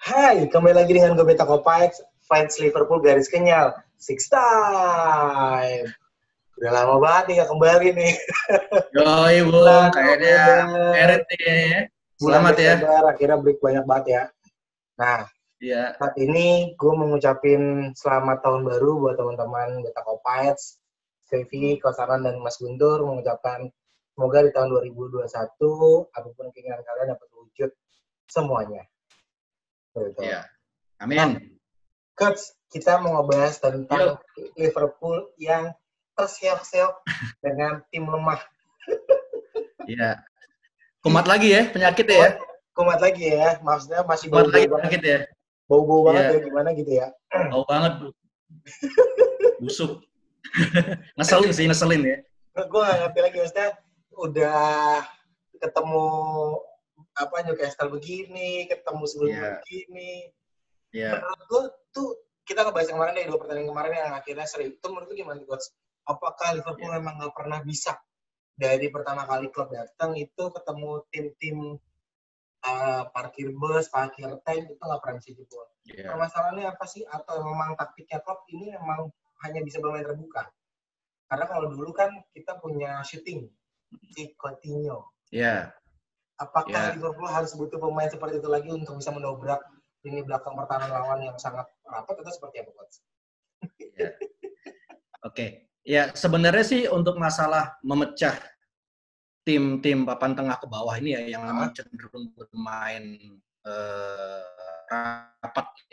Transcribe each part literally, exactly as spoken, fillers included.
Hai, kembali lagi dengan gue Beta Kopax, fans Liverpool garis kenyal, six time. Udah lama banget nih gak kembali nih. Yoi Bung, Bulan kayaknya November, merit nih ya. bulan Selamat ya. Desember, akhirnya break banyak banget ya. Nah, Iya. saat ini gue mau ngucapin selamat tahun baru buat teman-teman Beta Kopax, Stevi, Kosaran, dan Mas Guntur mengucapkan semoga di tahun dua ribu dua puluh satu apapun keinginan kalian dapat wujud semuanya. Betul. Iya. Nah, Amin. Coach, kita mau ngebahas tentang Yuk. Liverpool yang terseok-seok dengan tim lemah. Iya. Kumat lagi ya penyakitnya ya. Kumat, kumat lagi ya, maksudnya masih Kumat lagi bau-bau banget. penyakit ya. Bau-bau Iya. banget ya, gimana gitu ya. Bau banget Bu. Busuk. Ngeselin sih, ngeselin ya. Gue gak ngerti lagi, maksudnya udah ketemu apa Newcastle begini, ketemu sebelumnya Iya. begini. Iya. Menurut gue tuh, kita ngebahas yang kemarin deh, dua pertandingan kemarin yang akhirnya seri. Itu menurut lu gimana, Coach? Apakah Liverpool Iya. memang gak pernah bisa dari pertama kali klub datang itu ketemu tim-tim uh, parkir bus, parkir tank itu nggak pernah bisa jebol. Iya. Permasalahannya apa sih? Atau memang taktiknya klub ini memang hanya bisa bermain terbuka? Karena kalau dulu kan kita punya shooting, si Coutinho. Iya. Apakah Iya. Liverpool harus butuh pemain seperti itu lagi untuk bisa mendobrak lini belakang pertahanan lawan yang sangat rapat atau seperti apa, Coach? Iya. Oke. Ya sebenarnya sih untuk masalah memecah tim-tim papan tengah ke bawah ini ya yang memang cenderung bermain eh, rapat ya,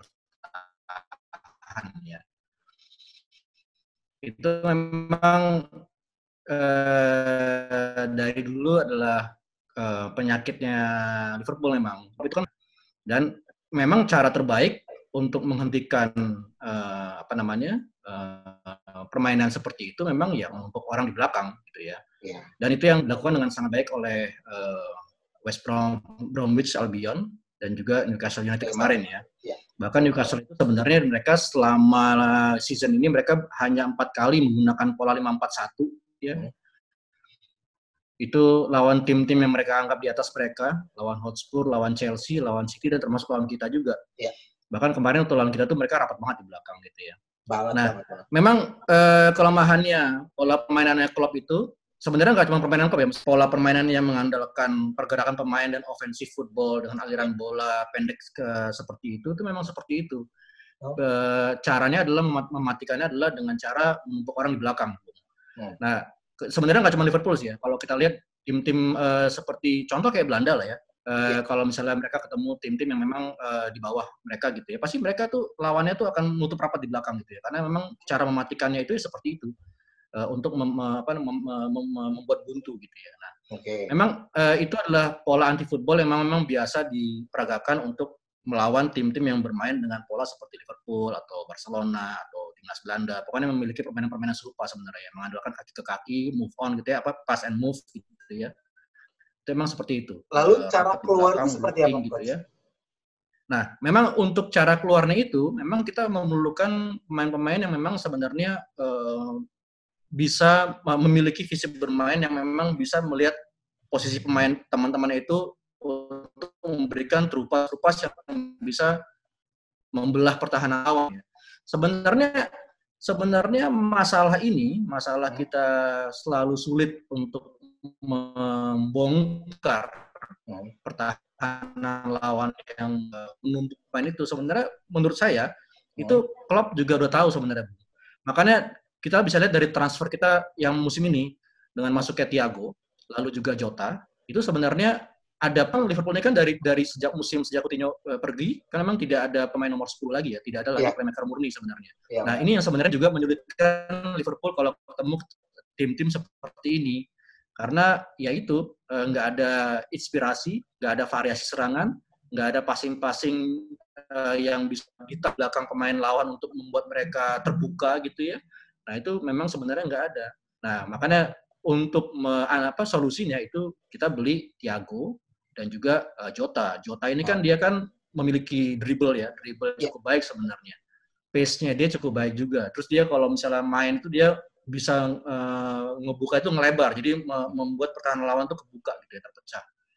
ya. Itu memang eh, dari dulu adalah eh, penyakitnya Liverpool memang. Itu kan dan memang cara terbaik untuk menghentikan eh, apa namanya eh, permainan seperti itu memang ya untuk orang di belakang gitu ya. Yeah. Dan itu yang dilakukan dengan sangat baik oleh uh, West Brom, Bromwich Albion dan juga Newcastle United kemarin ya. Yeah. Bahkan Newcastle itu sebenarnya mereka selama season ini mereka hanya empat kali menggunakan pola lima empat satu ya. Hmm. Itu lawan tim-tim yang mereka anggap di atas mereka, lawan Hotspur, lawan Chelsea, lawan City dan termasuk lawan kita juga. Yeah. Bahkan kemarin untuk lawan kita tuh mereka rapat banget di belakang gitu ya. Banget, nah, banget, banget. memang uh, kelemahannya pola permainannya klub itu sebenarnya nggak cuma permainan klub ya, pola permainan yang mengandalkan pergerakan pemain dan offensive football dengan aliran bola pendek ke, seperti itu, itu memang seperti itu. Oh. E, caranya adalah mematikannya adalah dengan cara menumpuk orang di belakang. Hmm. Nah, ke, sebenarnya nggak cuma Liverpool sih ya. Kalau kita lihat tim-tim e, seperti contoh kayak Belanda lah ya. Uh, yeah. Kalau misalnya mereka ketemu tim-tim yang memang uh, di bawah mereka gitu ya, pasti mereka tuh lawannya tuh akan menutup rapat di belakang gitu ya, karena memang cara mematikannya itu seperti itu uh, untuk mem, apa, mem, mem, mem, membuat buntu gitu ya. Nah, okay. Memang uh, itu adalah pola anti football yang memang, memang biasa diperagakan untuk melawan tim-tim yang bermain dengan pola seperti Liverpool atau Barcelona atau timnas Belanda, pokoknya memiliki permainan-permainan serupa sebenarnya, mengandalkan kaki ke kaki, move on gitu ya, apa pass and move gitu ya. Itu memang seperti itu. Lalu uh, cara keluarnya seperti apa, gitu ya. Nah, memang untuk cara keluarnya itu, memang kita memerlukan pemain-pemain yang memang sebenarnya uh, bisa memiliki visi bermain yang memang bisa melihat posisi pemain teman-teman itu untuk memberikan terupas-terupas yang bisa membelah pertahanan lawan. Sebenarnya sebenarnya masalah ini, masalah kita selalu sulit untuk membongkar pertahanan lawan yang menumpuk pemain itu sebenarnya menurut saya itu Klopp juga udah tahu sebenarnya. Makanya kita bisa lihat dari transfer kita yang musim ini dengan masuknya Thiago, lalu juga Jota, itu sebenarnya ada pun Liverpool ini kan dari dari sejak musim sejak Coutinho uh, pergi kan memang tidak ada pemain nomor sepuluh lagi ya, tidak ada lagi yeah. playmaker murni sebenarnya. Yeah, nah, ini yang sebenarnya juga menyulitkan Liverpool kalau ketemu tim-tim seperti ini. Karena ya itu nggak uh, ada inspirasi, nggak ada variasi serangan, nggak ada passing-passing uh, yang bisa di belakang pemain lawan untuk membuat mereka terbuka gitu ya. Nah itu memang sebenarnya nggak ada. Nah makanya untuk me, apa solusinya itu kita beli Thiago dan juga uh, Jota. Jota ini kan dia kan memiliki dribble ya, dribble cukup baik sebenarnya. Pace-nya dia cukup baik juga. Terus dia kalau misalnya main itu dia bisa uh, ngebuka itu ngelebar, jadi membuat pertahanan lawan tuh kebuka gitu ya, terpecah.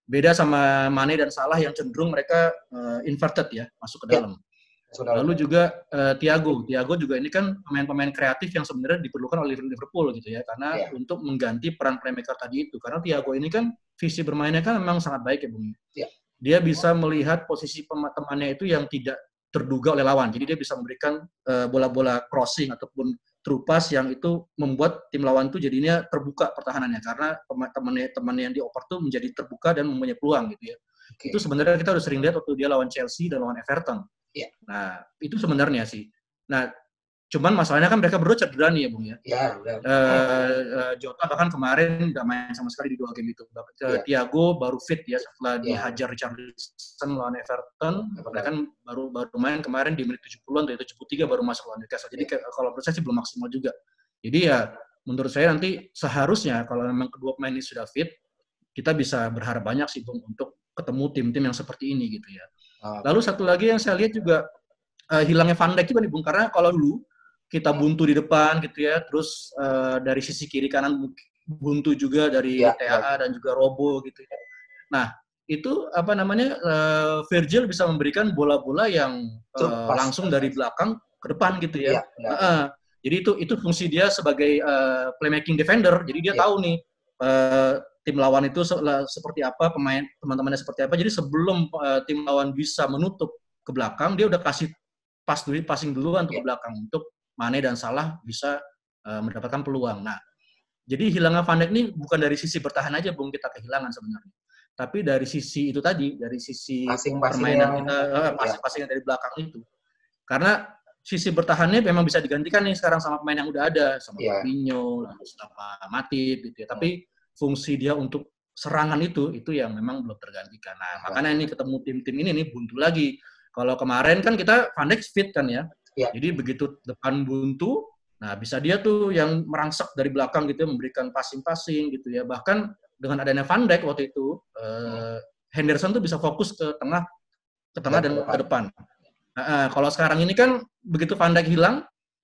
Beda sama Mane dan Salah yang cenderung mereka uh, inverted ya, masuk ke dalam. Ya. Lalu juga uh, Thiago, Thiago juga ini kan pemain-pemain kreatif yang sebenarnya diperlukan oleh Liverpool gitu ya, karena ya. Untuk mengganti peran playmaker tadi itu. Karena Thiago ini kan visi bermainnya kan memang sangat baik ya, Bung. Ya. Dia bisa melihat posisi temannya itu yang tidak terduga oleh lawan. Jadi dia bisa memberikan uh, bola-bola crossing ataupun true pass yang itu membuat tim lawan itu jadinya terbuka pertahanannya karena temannya temannya yang dioper tuh menjadi terbuka dan mempunyai peluang gitu ya. Okay. Itu sebenarnya kita udah sering lihat waktu dia lawan Chelsea dan lawan Everton. Yeah. Nah, itu sebenarnya sih. Nah, cuman masalahnya kan mereka berdua cedera nih ya, Bung ya. Iya, yeah, uh, uh, Jota bahkan kemarin nggak main sama sekali di dua game itu. Uh, yeah. Thiago baru fit ya setelah yeah. dihajar Richarlison lawan Everton. Mereka kan baru baru main kemarin di menit tujuh puluhan, dari tujuh puluh tiga baru masuk lawan Newcastle. Jadi yeah. kalau menurut saya sih belum maksimal juga. Jadi ya menurut saya nanti seharusnya kalau memang kedua pemain ini sudah fit, kita bisa berharap banyak sih, Bung, untuk ketemu tim-tim yang seperti ini gitu ya. Oh. Lalu satu lagi yang saya lihat juga uh, hilangnya Van Dijk juga nih, Bung, karena kalau dulu kita buntu di depan gitu ya, terus uh, dari sisi kiri kanan buntu juga dari ya, T A A ya. Dan juga Robo gitu ya. Nah, itu apa namanya, uh, Virgil bisa memberikan bola-bola yang uh, langsung dari belakang ke depan gitu ya. ya uh, jadi itu itu fungsi dia sebagai uh, playmaking defender. Jadi dia ya. tahu nih uh, tim lawan itu se seperti apa, pemain teman-temannya seperti apa. Jadi sebelum uh, tim lawan bisa menutup ke belakang, dia udah kasih pas dulu, passing duluan untuk ya. ke belakang untuk Mane dan Salah bisa uh, mendapatkan peluang. Nah, jadi hilangnya Van Dijk ini bukan dari sisi bertahan aja, Bung, kita kehilangan sebenarnya. Tapi dari sisi itu tadi, dari sisi permainan kita, uh, passing-passing dari belakang itu. Karena sisi bertahannya memang bisa digantikan nih sekarang sama pemain yang udah ada, sama yeah. Fabinho, sama Matip gitu ya. Tapi fungsi dia untuk serangan itu, itu yang memang belum tergantikan. Nah, makanya ini ketemu tim-tim ini nih buntu lagi. Kalau kemarin kan kita Van Dijk fit kan ya. Ya. Jadi begitu depan buntu, nah bisa dia tuh yang merangsek dari belakang gitu ya, memberikan passing-passing gitu ya. Bahkan dengan adanya Van Dijk waktu itu, hmm. eh, Henderson tuh bisa fokus ke tengah, ke tengah dan, dan ke depan. Nah, eh, kalau sekarang ini kan begitu Van Dijk hilang,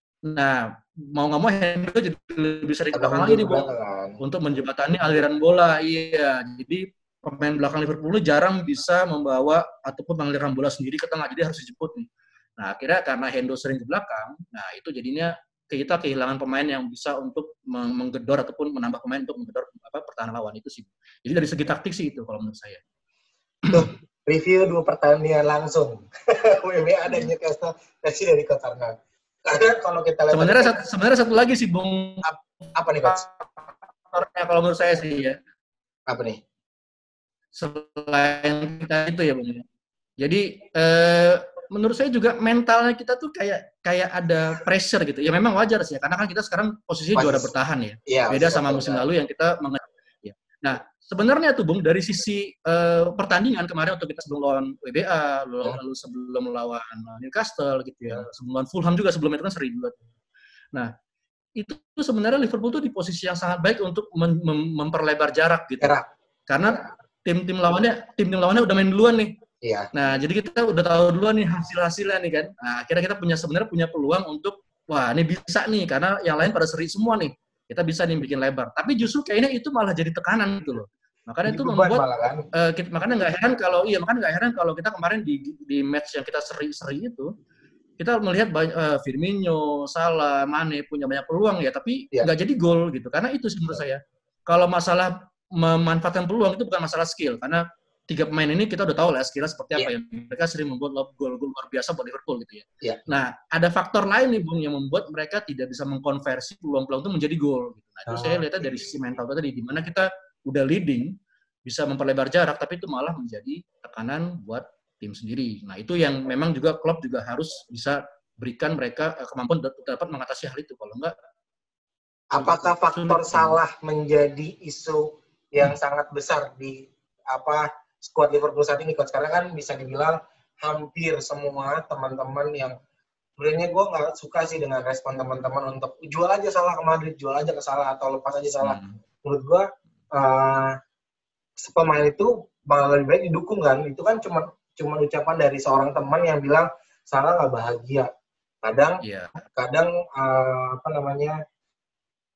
nah mau nggak mau Henderson jadi lebih sering ke belakang lagi nih, Bung, untuk menjembatani aliran bola. Iya, jadi pemain belakang Liverpool jarang bisa membawa ataupun mengalirkan bola sendiri ke tengah, jadi harus dijemput nih. Nah, akhirnya karena Hendo sering ke belakang, nah itu jadinya kita kehilangan pemain yang bisa untuk menggedor ataupun menambah pemain untuk menggedor apa, pertahanan lawan itu sih. Jadi dari segi taktik sih itu kalau menurut saya. Tuh, review dua pertandingan langsung. W B A dan Newcastle versi dari Kotarna. Karena kalau kita lihat sebenarnya satu, sebenarnya satu lagi sih, Bung. Apa nih, Coach? Kalau menurut saya sih ya. Apa nih? Selain kita itu ya, Bung. Jadi eh, menurut saya juga mentalnya kita tuh kayak kayak ada pressure gitu. Ya memang wajar sih ya, karena kan kita sekarang posisinya juara bertahan ya. ya Beda sama musim lalu yang kita meng ya. Nah, sebenarnya tuh, Bung, dari sisi uh, pertandingan kemarin waktu kita sebelum lawan W B A, lalu, hmm. lalu sebelum lawan Newcastle gitu ya, hmm. sebelum lawan Fulham juga sebelum itu kan seri juga. Nah, itu sebenarnya Liverpool tuh di posisi yang sangat baik untuk mem mem memperlebar jarak gitu. Era. Karena tim-tim lawannya tim-tim lawannya udah main duluan nih. Iya. Nah, jadi kita udah tahu duluan nih hasil-hasilnya nih kan. Nah, akhirnya kita punya sebenarnya punya peluang untuk wah, ini bisa nih karena yang lain pada seri semua nih. Kita bisa nih bikin lebar. Tapi justru kayaknya itu malah jadi tekanan gitu loh. Makanya itu membuat kan? uh, kita, makanya nggak heran kalau iya makanya nggak heran kalau kita kemarin di di match yang kita seri-seri itu kita melihat banyak, uh, Firmino, Salah, Mane punya banyak peluang ya, tapi nggak ya. jadi gol gitu. Karena itu sih menurut saya. Kalau masalah memanfaatkan peluang itu bukan masalah skill karena tiga pemain ini kita udah tahu lah skillnya seperti apa yeah. ya. Mereka sering membuat gol-gol luar biasa buat Liverpool gitu ya. Yeah. Nah, ada faktor lain nih, Bung, yang membuat mereka tidak bisa mengkonversi peluang-peluang itu menjadi gol. Gitu. Nah, itu oh, saya lihatnya okay. dari sisi mental tadi, di mana kita udah leading, bisa memperlebar jarak, tapi itu malah menjadi tekanan buat tim sendiri. Nah, itu yang memang juga Klopp juga harus bisa berikan mereka kemampuan dapat mengatasi hal itu. Kalau enggak, apakah faktor Salah menjadi isu yang hmm. sangat besar di apa skuad Liverpool saat ini, Coach? Karena kan bisa dibilang hampir semua teman-teman yang sebenarnya gue nggak suka sih dengan respon teman-teman untuk jual aja Salah ke Madrid, jual aja ke Salah atau lepas aja Salah. Hmm. Menurut gue uh, pemain itu malah lebih baik didukung kan. Itu kan cuma cuma ucapan dari seorang teman yang bilang Salah nggak bahagia. Kadang yeah. kadang uh, apa namanya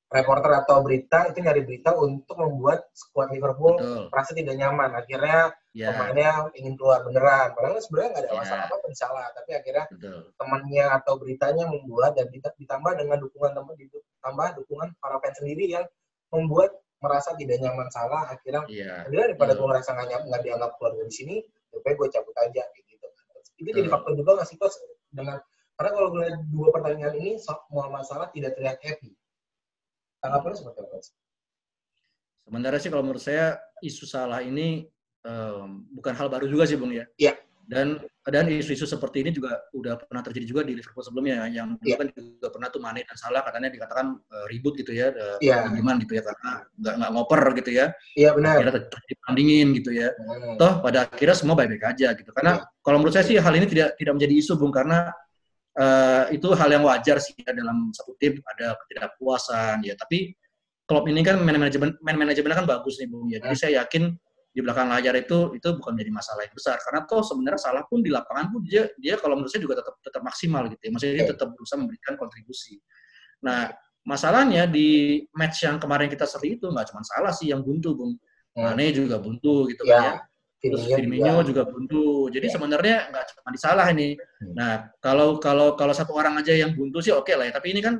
reporter atau berita itu nyari berita untuk membuat skuad Liverpool Betul. merasa tidak nyaman. Akhirnya Ya. pemainnya ingin keluar beneran. Padahal sebenarnya nggak ada Ya. masalah apa-apa, salah. Tapi akhirnya Betul. temannya atau beritanya membuat dan ditambah dengan dukungan teman, ditambah dukungan para fans sendiri yang membuat merasa tidak nyaman, salah. Akhirnya, ya. akhirnya daripada gue ngerasa nggak nggak dianggap keluar dari sini, lebih gue cabut aja kayak gitu. Itu jadi faktor juga nggak sih Coach dengan karena kalau gue lihat dua pertandingan ini semua masalah tidak terlihat happy. Tanggapannya seperti apa? Sebenarnya sih kalau menurut saya isu salah ini um, bukan hal baru juga sih Bung ya. Iya. Dan dan isu-isu seperti ini juga udah pernah terjadi juga di Liverpool sebelumnya, yang dulu ya. kan juga pernah tuh Mane dan Salah katanya dikatakan uh, ribut gitu ya, uh, ya. gimana gitu ya karena nggak nggak ngoper gitu ya. Iya benar. Akhirnya terjadi pertandingin gitu ya. Hmm. Toh pada akhirnya semua baik-baik aja gitu. Karena ya. Kalau menurut saya sih hal ini tidak tidak menjadi isu Bung, karena uh, itu hal yang wajar sih ya, dalam satu tim ada ketidakpuasan ya. Tapi klub ini kan manajemen manajemennya kan bagus nih Bung ya. Jadi hmm. saya yakin di belakang layar itu itu bukan menjadi masalah yang besar, karena toh sebenarnya Salah pun di lapangan pun dia dia kalau menurut saya juga tetap tetap maksimal gitu ya, maksudnya dia tetap berusaha memberikan kontribusi. Nah masalahnya di match yang kemarin kita seri itu nggak cuma Salah sih yang buntu Bung, Mane juga buntu gitu kan ya, terus Firmino juga buntu, jadi sebenarnya nggak cuma di Salah ini. Nah kalau kalau kalau satu orang aja yang buntu sih oke lah ya, tapi ini kan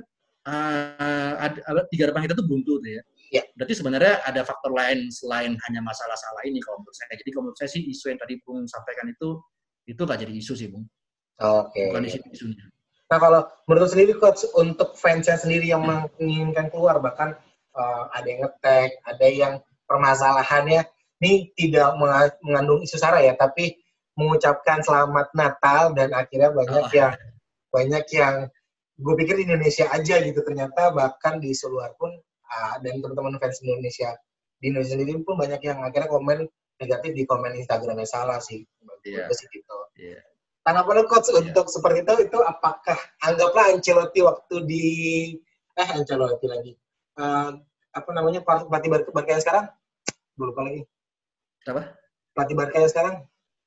uh, ada, tiga depan kita tuh buntu tuh ya. Ya. Berarti sebenarnya ada faktor lain selain hanya masalah Salah ini kalau menurut saya. Jadi kalau menurut saya sih isu yang tadi Bung sampaikan itu itu nggak jadi isu sih Bung. Oke. Okay. Bukan isu isunya. Nah kalau menurut sendiri Coach, untuk fansnya sendiri yang hmm. menginginkan keluar, bahkan uh, ada yang nge-tag, ada yang permasalahannya ini tidak mengandung isu sara ya, tapi mengucapkan selamat Natal dan akhirnya banyak oh. yang banyak yang gue pikir di Indonesia aja gitu, ternyata bahkan di luar pun Uh, dan teman-teman fans Indonesia di Indonesia sendiri pun banyak yang akhirnya komen negatif di komen Instagramnya Salah sih, yeah. sih gitu. Yeah. Tanggapan Coach yeah. untuk seperti itu, itu apakah anggaplah Ancelotti waktu di eh Ancelotti lagi uh, apa namanya pelatih Barca yang sekarang? Gue lupa lagi. Apa? Pelatih Barca yang sekarang?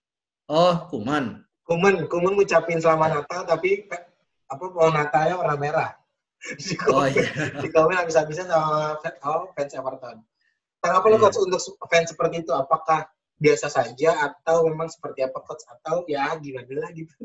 Oh, Koeman. Koeman, Koeman ngucapin selamat Natal tapi apa pohon Natalnya warna merah. Di komen, oh, iya. di komen habis-habisan sama fans Everton. Tanggapan yeah. Coach untuk fans seperti itu, apakah biasa saja atau memang seperti apa Coach, atau ya gimana lah gitu?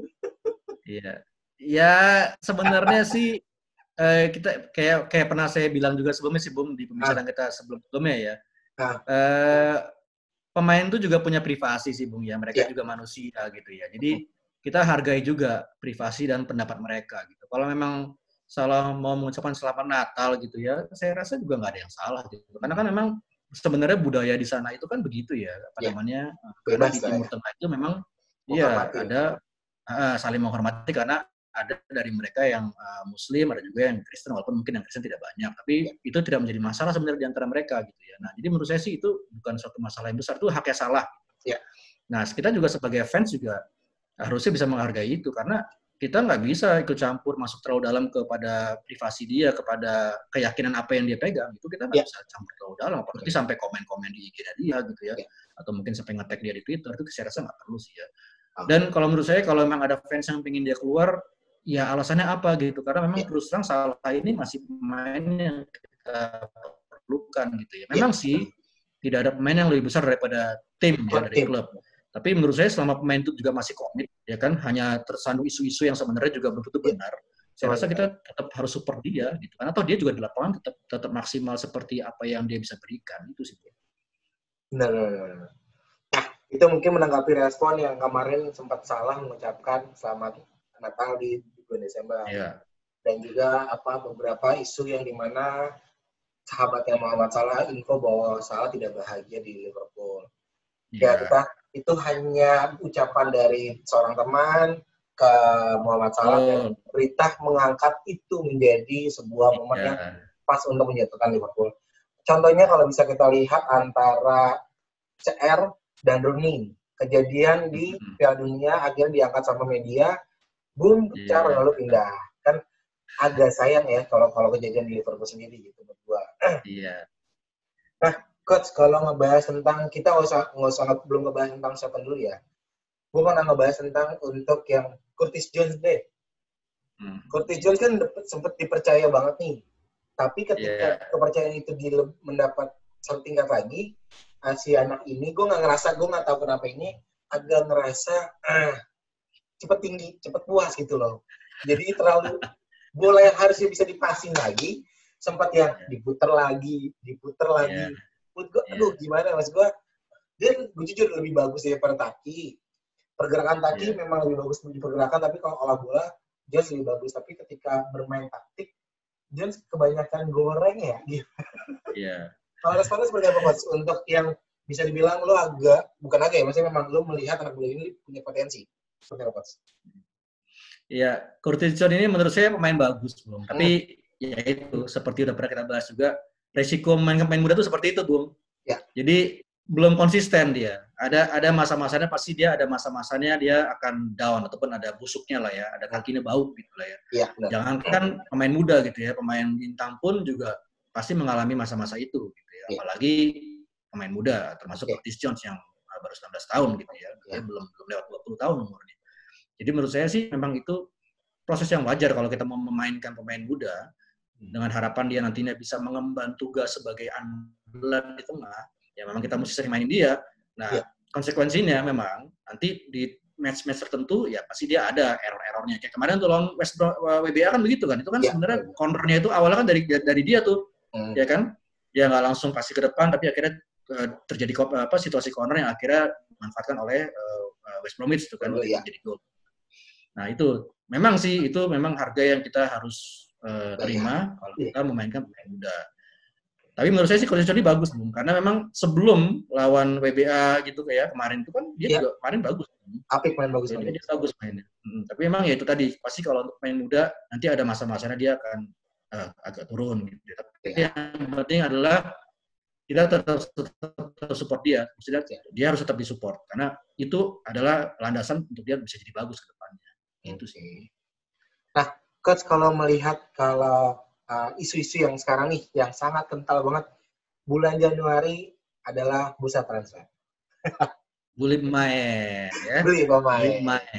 Iya, ya sebenarnya sih eh, kita kayak kayak pernah saya bilang juga sebelumnya sih Bung di pembicaraan ah. kita sebelum-sebelumnya ya. Ah. Eh, pemain itu juga punya privasi sih Bung ya, mereka yeah. juga manusia gitu ya. Jadi kita hargai juga privasi dan pendapat mereka gitu. Kalau memang Salah mau mengucapkan selamat Natal gitu ya, saya rasa juga nggak ada yang salah gitu. Karena kan memang sebenarnya budaya di sana itu kan begitu ya, apa ya. namanya? Karena di Timur ya. Tengah itu memang iya ada uh, saling menghormati, karena ada dari mereka yang uh, Muslim, ada juga yang Kristen, walaupun mungkin yang Kristen tidak banyak, tapi ya. itu tidak menjadi masalah sebenarnya di antara mereka gitu ya. Nah, jadi menurut saya sih itu bukan suatu masalah yang besar, itu haknya Salah. Ya. Nah, kita juga sebagai fans juga harusnya bisa menghargai itu, karena kita nggak bisa ikut campur masuk terlalu dalam kepada privasi dia, kepada keyakinan apa yang dia pegang. Itu kita nggak yeah. bisa campur terlalu dalam, apalagi yeah. sampai komen-komen di I G dia gitu ya, yeah. atau mungkin sampai nge-tag dia di Twitter, itu saya rasa nggak perlu sih ya. Okay. Dan kalau menurut saya, kalau memang ada fans yang pengen dia keluar, ya alasannya apa gitu, karena memang yeah. terus terang Salah ini masih pemain yang kita perlukan gitu ya. Memang yeah. sih tidak ada pemain yang lebih besar daripada tim ya, dari klub. Tapi menurut saya selama pemain itu juga masih komit, ya kan, hanya tersandung isu-isu yang sebenarnya juga belum tentu benar. Saya rasa kita tetap harus support dia, gitu. Karena toh dia juga di lapangan tetap tetap maksimal seperti apa yang dia bisa berikan, itu sih. Benar. Nah, itu mungkin menanggapi respon yang kemarin sempat Salah mengucapkan selamat Natal di bulan Desember. Yeah. Dan juga apa beberapa isu yang dimana sahabatnya Muhammad Salah info bahwa Salah tidak bahagia di Liverpool. Yeah. Ya kita itu hanya ucapan dari seorang teman ke Muhammad Salah, oh. dan berita mengangkat itu menjadi sebuah momen yeah. yang pas untuk menjatuhkan Liverpool. Contohnya kalau bisa kita lihat antara C R dan Rooney, kejadian di mm-hmm. Piala Dunia akhirnya diangkat sama media, boom, pecah, yeah. lalu pindah. Kan agak sayang ya kalau kalau kejadian di Liverpool sendiri gitu menurut gua. Iya. Yeah. Nah, Coach, kalau ngebahas tentang, kita nggak usah, nggak usah, belum ngebahas tentang siapa dulu ya. Gue mau ngebahas tentang untuk yang Curtis Jones deh. Hmm. Curtis Jones kan sempat dipercaya banget nih Tapi ketika yeah. kepercayaan itu di, mendapat satu tingkat lagi, uh, si anak ini, gue nggak ngerasa, gue nggak tahu kenapa ini, agak ngerasa, ah, cepet tinggi, cepet puas gitu loh. Jadi terlalu, bola yang harusnya bisa dipasing lagi, sempat yang yeah. diputer lagi, diputer lagi. Yeah. Menurut gue, aduh yeah. gimana mas gue, dia gue jujur lebih bagus daripada Taki. Pergerakan Taki yeah. memang lebih bagus di pergerakan, tapi kalau olah bola, dia lebih bagus. Tapi ketika bermain taktik, dia kebanyakan goreng ya. Gitu. Iya. Kalau responnya seperti apa Coach? Untuk yang bisa dibilang lo agak, bukan agak ya, maksudnya memang lo melihat anak muda ini punya potensi. Seperti apa Coach? Iya, Curtis Jones ini menurut saya pemain bagus, Bung. Hmm. Tapi ya itu, seperti udah pernah kita bahas juga, resiko memainkan pemain muda itu seperti itu, Bung. Ya. Jadi belum konsisten dia. Ada ada masa-masanya pasti dia ada masa-masanya dia akan down ataupun ada busuknya lah ya, ada kakinya bau gitu lah ya. Iya, jangan kan pemain muda gitu ya, pemain bintang pun juga pasti mengalami masa-masa itu gitu ya. Ya. Apalagi pemain muda termasuk ya. Curtis Jones yang baru sembilan belas tahun gitu ya. Dia ya. belum belum lewat dua puluh tahun umurnya. Jadi menurut saya sih memang itu proses yang wajar kalau kita mau memainkan pemain muda dengan harapan dia nantinya bisa mengemban tugas sebagai andalan di tengah. Ya memang kita mesti sering mainin dia. Nah, ya. konsekuensinya memang nanti di match-match tertentu ya pasti dia ada error-errornya. Kayak kemarin tuh lawan West W B A kan begitu kan. Itu kan ya. sebenarnya cornernya itu awalnya kan dari dari dia tuh. Hmm. Ya kan? Dia nggak langsung kasih ke depan tapi akhirnya uh, terjadi apa situasi corner yang akhirnya dimanfaatkan oleh uh, West Bromwich itu kan oh, ya. jadi gol. Nah, itu memang sih itu memang harga yang kita harus uh, terima ya. kalau kita memainkan pemain muda. Tapi menurut saya sih Curtis Jones bagus, Bung. Karena memang sebelum lawan W B A gitu kayak kemarin itu kan dia ya. juga kemarin bagus. Apik main bagus. Jadi dia bagus mainnya. Hmm, tapi memang ya itu tadi, pasti kalau untuk main muda nanti ada masa-masanya dia akan uh, agak turun gitu. Tapi ya. yang penting adalah kita tetap, tetap support dia. Maksudnya ya. dia harus tetap disupport karena itu adalah landasan untuk dia bisa jadi bagus ke depannya. Itu sih. Nah, Coach kalau melihat kalau Uh, isu-isu yang sekarang nih, yang sangat kental banget, bulan Januari adalah bursa transfer. Beli pemain, ya. Beli pemain. Beli pemain.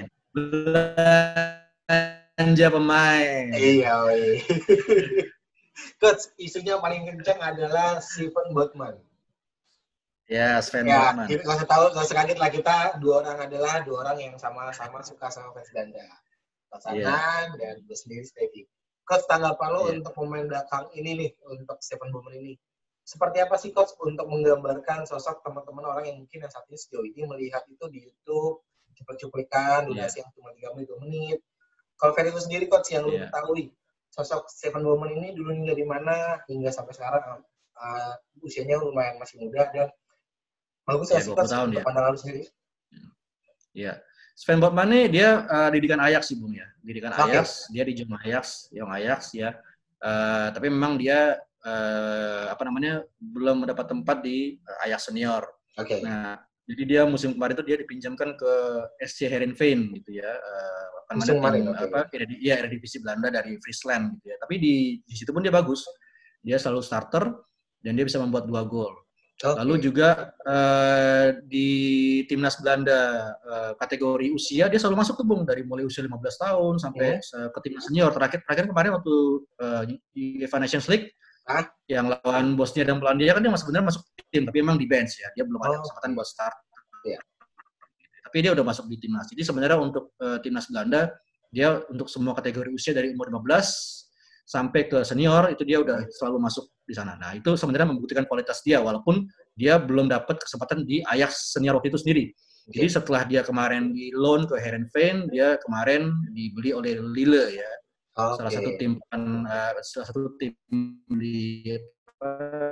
Belanja pemain. Iya, iya. Coach, isunya paling kencang adalah Steven Botman. Ya, Sven ya, Botman. Kita nggak usah tahu, nggak usah kaget lah kita dua orang adalah dua orang yang sama-sama suka sama fans ganda. Pasangan yeah. dan gue sendiri Stevie. Coach, tanggapan lo yeah. untuk pemain belakang ini nih, untuk Steven Botman ini. Seperti apa sih, Coach, untuk menggambarkan sosok teman-teman orang yang mungkin yang saat ini sejauh ini melihat itu di YouTube, cuplik-cuplikan, durasi yeah. yang cuma tiga menit, dua menit. Kalau Ferry itu sendiri, Coach, yang yeah. lo ketahui, sosok Steven Botman ini dulunya dari mana hingga sampai sekarang, uh, usianya lumayan masih muda, dan bagus ya, yeah, sih, Coach, untuk pandangan lo sendiri? Iya. Yeah. Sven Botman ini dia uh, didikan Ajax sih, Bung ya. Didikan Ajax, okay. dia di Jong Ajax, Jong Ajax ya. Uh, tapi memang dia uh, apa namanya belum mendapat tempat di uh, Ajax senior. Okay. Nah, jadi dia musim kemarin itu dia dipinjamkan ke S C Heerenveen gitu ya. Uh, apa namanya okay. apa ya Eredivisie Belanda dari Friesland gitu ya. Tapi di di situ pun dia bagus. Dia selalu starter dan dia bisa membuat dua gol. Okay. Lalu juga uh, di timnas Belanda uh, kategori usia dia selalu masuk tuh, Bung, dari mulai usia lima belas tahun sampai yeah. ke timnas senior. Terakhir terakhir kemarin waktu uh, di UEFA Nations League ah? yang lawan Bosnia dan Polandia kan dia masih benar masuk tim, tapi memang di bench ya. Dia belum ada kesempatan oh. buat start. Yeah. Tapi dia udah masuk di timnas. Jadi sebenarnya untuk uh, timnas Belanda dia untuk semua kategori usia dari umur lima belas sampai ke senior itu dia udah selalu masuk di sana. Nah, itu sebenarnya membuktikan kualitas dia walaupun dia belum dapat kesempatan di Ajax senior waktu itu sendiri. Okay. Jadi setelah dia kemarin di loan ke Heerenveen, dia kemarin dibeli oleh Lille ya. Okay. Salah satu tim uh, salah satu tim di apa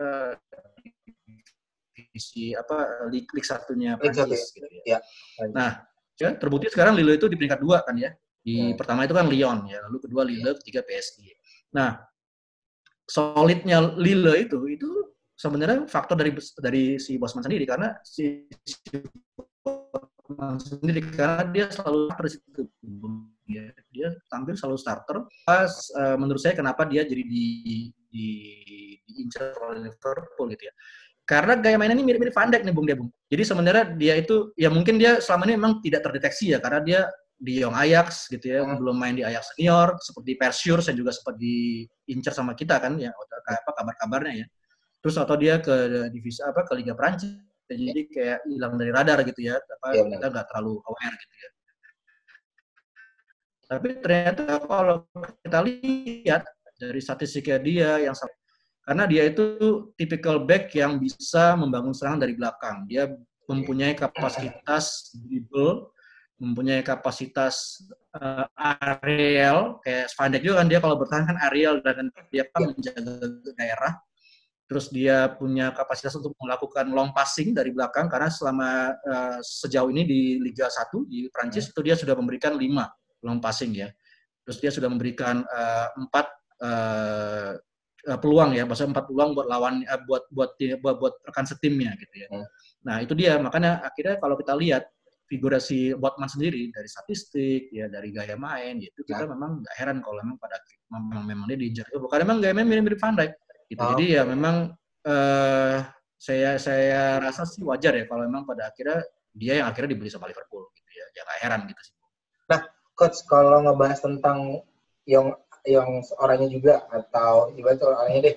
divisi apa lig lig satunya Prancis gitu ya. Yeah. Nah, ya, terbukti sekarang Lille itu di peringkat dua kan ya. Di hmm. pertama itu kan Lyon ya, lalu kedua Lille, ketiga P S G. Nah, solidnya Lille itu itu sebenarnya faktor dari dari si Bosman sendiri karena si, si Bosman sendiri karena dia selalu starter situ. Ya, dia tampil selalu starter. Pas uh, menurut saya kenapa dia jadi di di diincar oleh Liverpool gitu ya. Karena gaya mainnya ini mirip-mirip Van Dijk nih, Bung dia, Bung. Jadi sebenarnya dia itu ya mungkin dia selama ini memang tidak terdeteksi ya karena dia di Young Ajax gitu ya, Hmm. belum main di Ajax senior, seperti Persur saya juga sempat diincar sama kita kan ya, apa kabar-kabarnya ya. Terus atau dia ke divisi apa ke Liga Prancis, jadi kayak hilang dari radar gitu ya, apa Iya kita benar. nggak terlalu aware gitu ya. Tapi ternyata kalau kita lihat dari statistiknya dia yang karena dia itu tipikal back yang bisa membangun serangan dari belakang. Dia mempunyai kapasitas dribble, mempunyai kapasitas uh, aerial, kayak Van Dijk juga kan dia kalau bertahan kan aerial dan dia kan menjaga daerah. Terus dia punya kapasitas untuk melakukan long passing dari belakang karena selama uh, sejauh ini di Liga satu di Prancis itu dia sudah memberikan lima long passing ya. Terus dia sudah memberikan uh, empat uh, peluang ya, maksudnya empat peluang buat lawan uh, buat buat buat buat rekan setimnya gitu ya. Hmm. Nah, itu dia makanya akhirnya kalau kita lihat figurasi Botman sendiri dari statistik ya, dari gaya main gitu, kita ya. Memang nggak heran kalau memang pada memang memang dia diincar. Bukan memang gaya main mirip-mirip Van Dijk gitu. Oh, jadi okay. Ya memang uh, saya saya rasa sih wajar ya kalau memang pada akhirnya dia yang akhirnya dibeli sama Liverpool gitu ya. Ya nggak heran gitu sih. Nah, Coach, kalau ngebahas tentang yang yang orangnya juga atau ibaratnya orangnya deh,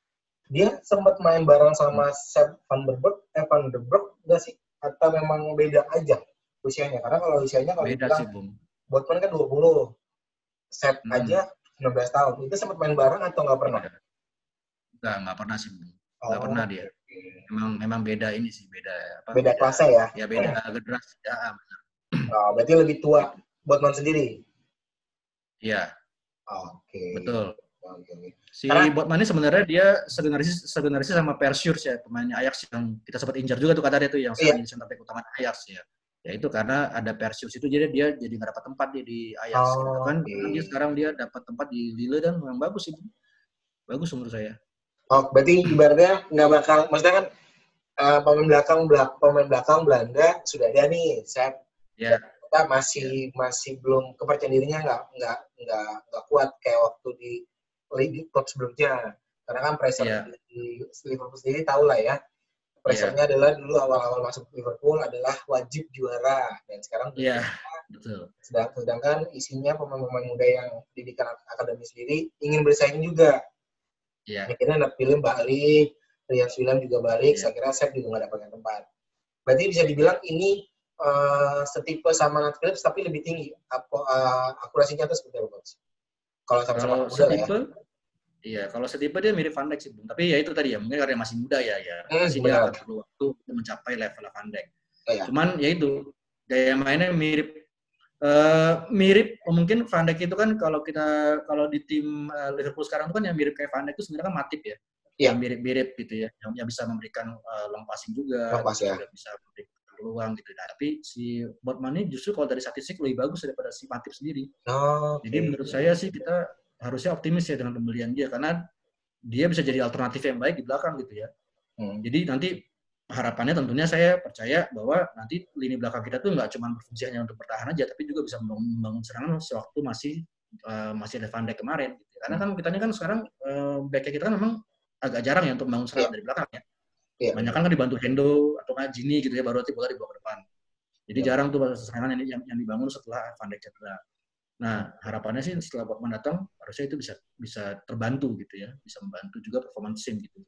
dia sempat main bareng sama hmm. Sepp van der Berg, eh Van der Berg nggak sih? Atau memang beda aja usianya? Karena kalau usianya kalau beda dibilang, sih, Bung. Botman kan dua puluh, Sepp hmm. aja sembilan belas tahun. Itu sempat main bareng atau nggak pernah? Nggak, nggak pernah sih, Bung. Nggak oh, pernah dia. Memang memang beda ini sih, beda apa? Beda, beda kelasnya ya? Ya beda generasi. Ya, oh, berarti lebih tua Botman sendiri? Iya. Oh, oke. Okay. Betul. Okay. Si Karena, Botman ini sebenarnya dia segenerasi segenerasi sama Persur ya, pemainnya Ajax yang kita sempat incar juga tuh kata dia tuh yang sekarang jadi center back utama Ajax ya. Ya itu karena ada Persius itu jadi dia jadi nggak dapat tempat dia di Ajax oh, gitu kan. Okay. Karena dia sekarang dia dapat tempat di Lille dan memang bagus sih. Bagus menurut saya. Oh, berarti ibaratnya nggak bakal, maksudnya kan uh, pemain belakang belak, pemain belakang Belanda sudah ada nih, saya yeah. kita masih yeah. masih belum kepercayaan dirinya nggak nggak nggak nggak kuat kayak waktu di Liga klub sebelumnya. Karena kan pressure yeah. di, di Liverpool sendiri tahu lah ya. Pressure-nya yeah. adalah dulu awal-awal masuk Liverpool adalah wajib juara dan sekarang yeah. betul. Sedang, sedangkan isinya pemain-pemain muda yang didikan akademi sendiri ingin bersaing juga. Yeah. Akhirnya anak film balik, Riyad William juga balik, yeah. saya kira Sepp juga nggak dapat tempat. Berarti bisa dibilang ini uh, setipe sama Nat Phillips tapi lebih tinggi. Apa, uh, akurasinya itu seperti apa, Coach? Kalau sama-sama muda lah ya. Iya, kalau setipe dia mirip Van Dijk sih, Bung. Tapi ya itu tadi ya, mungkin karena masih muda ya, ya. Hmm, masih dia akan perlu waktu untuk mencapai level Van Dijk. Oh, ya. Cuman ya itu, gaya mainnya mirip Uh, mirip mungkin Van Dijk itu kan kalau kita kalau di tim uh, Liverpool sekarang itu kan yang mirip kayak Van Dijk itu sebenarnya kan Matip ya, yeah. yang mirip-mirip gitu ya, yang, yang bisa memberikan uh, long passing juga, long pass, ya. juga bisa memberikan peluang gitu. Nah, tapi si Botman ini justru kalau dari statistik lebih bagus daripada si Matip sendiri. Oh, okay. Jadi menurut saya sih kita harusnya optimis ya dengan pembelian dia karena dia bisa jadi alternatif yang baik di belakang gitu ya. Hmm. Jadi nanti harapannya tentunya saya percaya bahwa nanti lini belakang kita tuh nggak cuma berfungsi hanya untuk bertahan aja, tapi juga bisa membangun serangan sewaktu masih uh, masih ada Van Dijk kemarin. Gitu. Karena kan kita kan sekarang uh, back kita kan memang agak jarang ya untuk membangun serangan yeah. dari belakang ya. Yeah. Banyak kan dibantu Hendo atau kan Gini gitu ya, baru nanti bola dibawa ke depan. Jadi yeah. jarang tuh serangan yang, yang, yang dibangun setelah Van Dijk cedera. Nah harapannya sih setelah Botman datang harusnya itu bisa bisa terbantu gitu ya, bisa membantu juga performance tim gitu.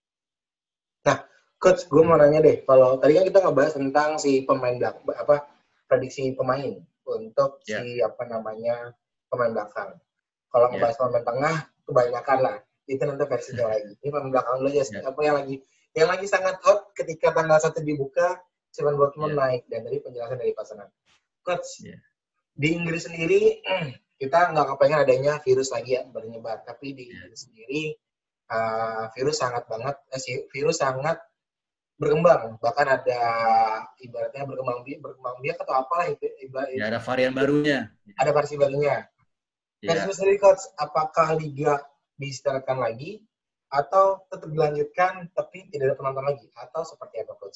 Nah, Coach, gue mau nanya deh, kalau tadi kan kita ngebahas tentang si pemain belakang, apa prediksi pemain untuk yeah. si apa namanya pemain belakang. Kalau ngebahas yeah. pemain tengah, kebanyakan lah. Itu nanti versinya lagi. Ini pemain belakang dulu aja. Yeah. Apa yang lagi yang lagi sangat hot ketika tanggal satu dibuka, Steven Botman yeah. naik dan tadi penjelasan dari pasangan. Coach, yeah. di Inggris sendiri kita nggak kepengen adanya virus lagi ya bernyebar, tapi di yeah. Inggris sendiri uh, virus sangat banget, eh, virus sangat berkembang, bahkan ada ibaratnya berkembang biak, berkembang biak atau apalah itu ibarat, ya ada varian barunya, ada variasi barunya. Ya. Coach sendiri, Coach, apakah liga disetarkan lagi atau tetap dilanjutkan tapi tidak ada penonton lagi atau seperti apa, Coach?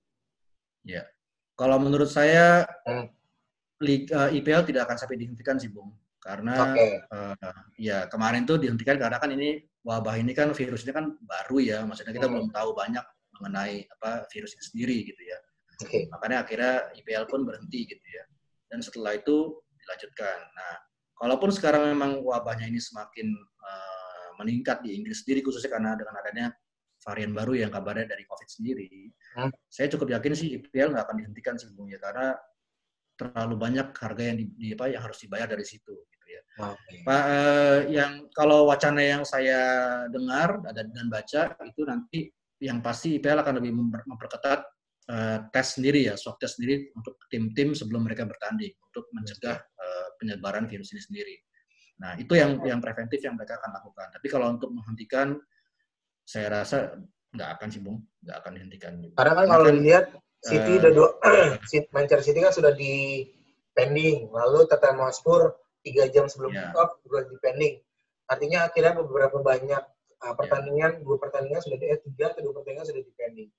Ya, kalau menurut saya hmm. liga I P L tidak akan sampai dihentikan sih, Bung, karena okay. uh, ya kemarin tuh dihentikan karena kan ini wabah ini kan virusnya kan baru ya, maksudnya kita hmm. belum tahu banyak mengenai apa virus itu sendiri gitu ya. Okay. Makanya akhirnya I P L pun berhenti gitu ya. dan setelah itu dilanjutkan. Nah, kalaupun sekarang memang wabahnya ini semakin uh, meningkat di Inggris sendiri, khususnya karena dengan adanya varian baru yang kabarnya dari COVID sendiri, hmm. saya cukup yakin sih I P L nggak akan dihentikan sih Bung ya, karena terlalu banyak harga yang di, di apa yang harus dibayar dari situ gitu ya. Okay. Pak eh, yang kalau wacana yang saya dengar dan, dan baca itu nanti yang pasti I P L akan lebih memperketat eh, tes sendiri ya, swab tes sendiri untuk tim-tim sebelum mereka bertanding untuk mencegah eh, penyebaran virus ini sendiri. Nah, itu yang yang preventif yang mereka akan lakukan. Tapi kalau untuk menghentikan, saya rasa nggak akan sih Bung, nggak akan dihentikan. Karena kan kalau dilihat City uh, udah dua, Manchester City kan sudah di pending, lalu Tottenham Hotspur tiga jam sebelum yeah. kick off juga di pending. Artinya akhirnya beberapa banyak uh, pertandingan, yeah. dua pertandingan sudah di eh, tiga atau dua pertandingan sudah di pending.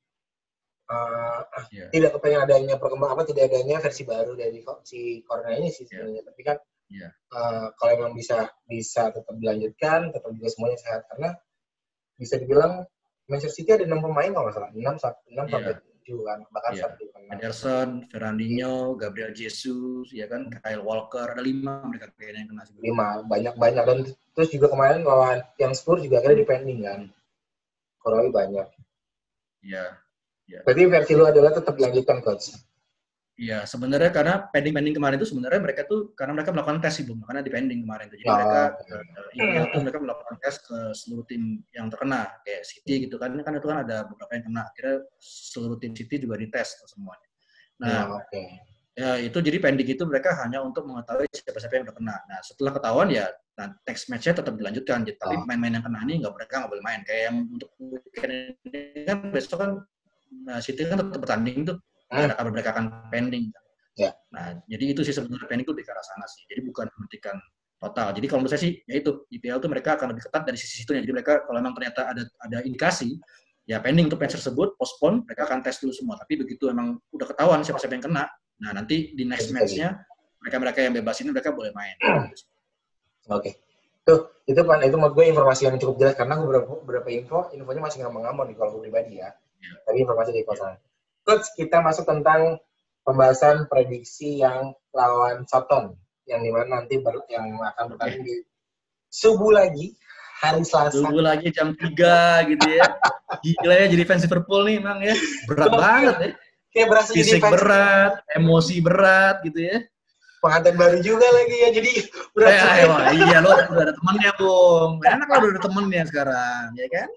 Uh, yeah. Tidak kepengen adanya perkembangan apa, tidak adanya versi baru dari si corona ini sih sebenarnya. Yeah. Tapi kan yeah. uh, kalau memang bisa bisa tetap dilanjutkan, tetap juga semuanya sehat karena bisa dibilang Manchester City ada enam pemain kalau nggak salah, enam sampai tujuh kan, bahkan yeah. satu. Ederson, Fernandinho, Gabriel Jesus, ya kan, Kyle Walker, ada lima mereka kayaknya yang kena. Lima, banyak-banyak. Dan terus juga kemarin lawan yang Spurs juga akhirnya dipending kan. Kurang lebih banyak. Iya. Yeah. Yeah. Berarti versi lu adalah tetap dilanjutkan, Coach? Iya, sebenarnya karena pending-pending kemarin itu sebenarnya mereka tuh karena mereka melakukan tes sih, Bung, karena di pending kemarin itu. Jadi oh, mereka okay. uh, itu mereka melakukan tes ke seluruh tim yang terkena kayak City gitu kan. Kan itu kan ada beberapa yang kena. Akhirnya seluruh tim City juga dites semuanya. Nah, oh, okay. ya itu jadi pending itu mereka hanya untuk mengetahui siapa-siapa yang udah kena. Nah, setelah ketahuan ya nah, next match-nya tetap dilanjutkan. Jadi, oh. Tapi main-main yang kena ini nggak mereka nggak boleh main. Kayak yang untuk weekend ini kan besok kan nah, City kan tetap bertanding tuh. Ada kabar mereka akan pending. Ya. Nah, jadi itu sih sebenarnya pending itu di arah sana sih. Jadi bukan menghentikan total. Jadi kalau menurut saya sih, ya itu I P L itu mereka akan lebih ketat dari sisi situnya. Jadi mereka kalau memang ternyata ada ada indikasi, ya pending untuk match tersebut, postpone, mereka akan tes dulu semua. Tapi begitu memang udah ketahuan siapa-siapa yang kena, nah nanti di next match-nya mereka-mereka yang bebas ini mereka boleh main. Oke. Okay. Tuh, itu kan itu menurut gue informasi yang cukup jelas karena beberapa beberapa info, infonya masih ngambang-ngambang nih kalau gue pribadi ya. ya. Tapi informasi dari kosan. Coach, kita masuk tentang pembahasan prediksi yang lawan Soton, yang dimana nanti ber, yang akan bertanding di subuh lagi, hari Selasa. Subuh lagi jam tiga gitu ya. Gila ya jadi fans Liverpool nih emang ya. Berat Tuh, banget ya. Kayak berasa fisik jadi fans berat, emosi berat gitu ya. Pengantin baru juga lagi ya, jadi berat. Eh, ayo, iya, lo udah ada temennya, Bung. Enak lo udah ada temennya sekarang, ya kan?